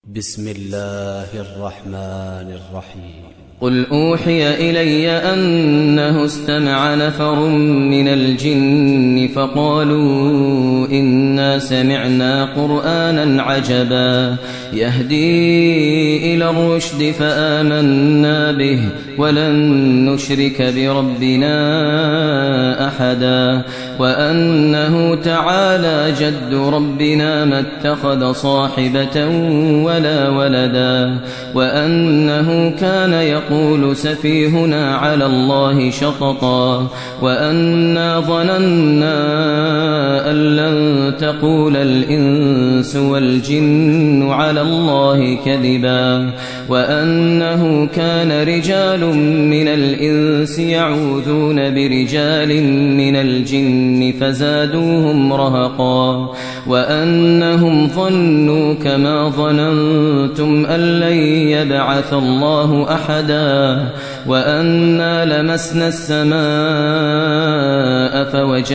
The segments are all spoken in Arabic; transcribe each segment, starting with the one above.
بسم الله الرحمن الرحيم. قل أوحي إلي أنه استمع نفر من الجن فقالوا إنا سمعنا قرآنا عجبا يهدي إلى الرشد فآمنا به ولن نشرك بربنا أحدا وأنه تعالى جد ربنا ما اتخذ صاحبة ولا ولدا وأنه كان يقول سفيهنا على الله شططا وأنا ظننا أن لن تقول الإنس والجن على الله كذبا وأنه كان رجال من الإنس يعوذون برجال من الجن فزادوهم رهقا وأنهم ظنوا كما ظننتم أن لن يبعث الله أحدا وأنا لمسنا السماء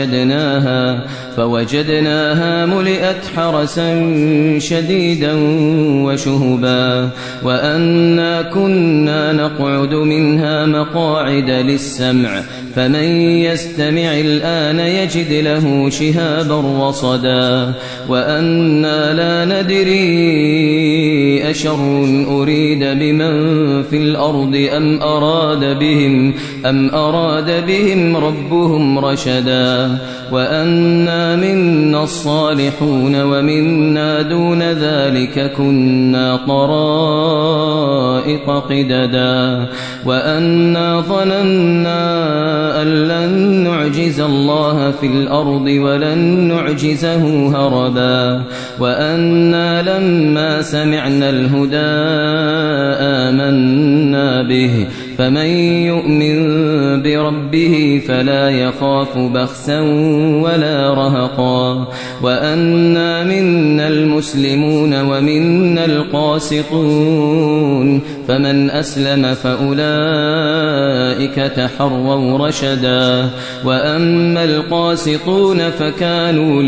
فوجدناها ملئت حرسا شديدا وشهبا وأنا كنا نقعد منها مقاعد للسمع فمن يستمع الآن يجد له شهابا رصدا وأنا لا ندري أشر أريد بمن في الأرض أم أراد بهم ربهم رشدا وأنا منا الصالحون ومنا دون ذلك كنا طرائق قددا وأنا ظننا أن لن نعجز الله في الأرض ولن نعجزه هربا وأنا لما سمعنا الهدى آمنا به فمن يؤمن بربه فلا يخاف بخسا ولا رهقا وأنا منا المسلمون ومنا القاسطون فمن أسلم فأولئك تحروا رشدا وأما القاسطون فكانوا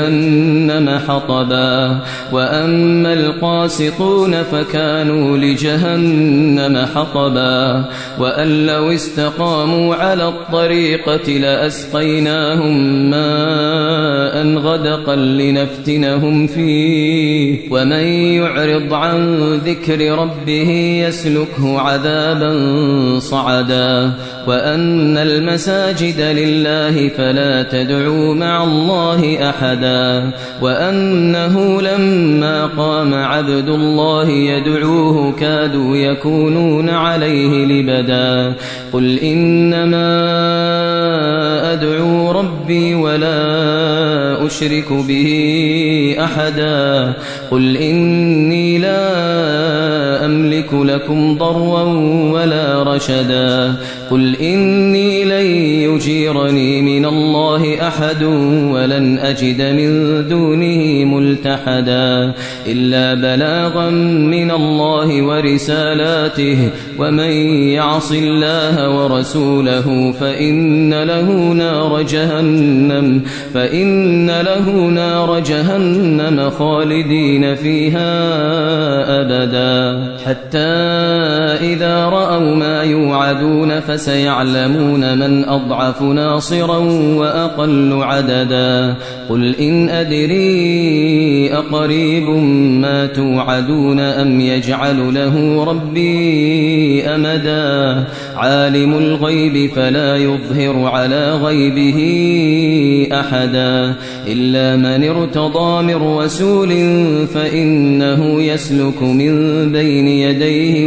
لجهنم حطبا وأن لو استقاموا على الطريقة لأسقيناهم ماء غدقا لنفتنهم فيه ومن يعرض عن ذكر ربه يسلكه عذابا صعدا وأن المساجد لله فلا تدعوا مع الله أحدا وأنه لما قام عبد الله يدعوه كادوا يكونون عليه لبدا قل إنما أدعو ربي ولا أشرك به أحدا قل إني لا أملك لكم ضرا ولا رشدا قل إني لن يجيرني من الله أحد ولن أجد من دونه ملتحدا إلا بلاغا من الله ورسالاته ومن يعص الله ورسوله فإن له نار جهنم خالدين فيها أبدا حتى إذا رأوا ما يوعدون فسيعلمون من أضعف ناصرا وأقل عددا قل إن أدري أقريب ما توعدون أم يجعل له ربي أمدا عالم الغيب فلا يظهر على غيبه أحدا إلا من ارتضى من رسول فإنه يسلك من بين يديه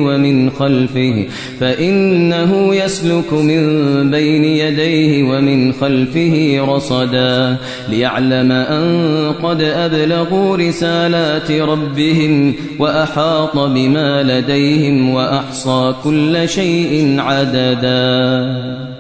ومن خلفه رصدا ليعلم أن قد أبلغوا رسالات ربهم وأحاط بما لديهم وأحصى كل شيء عددا.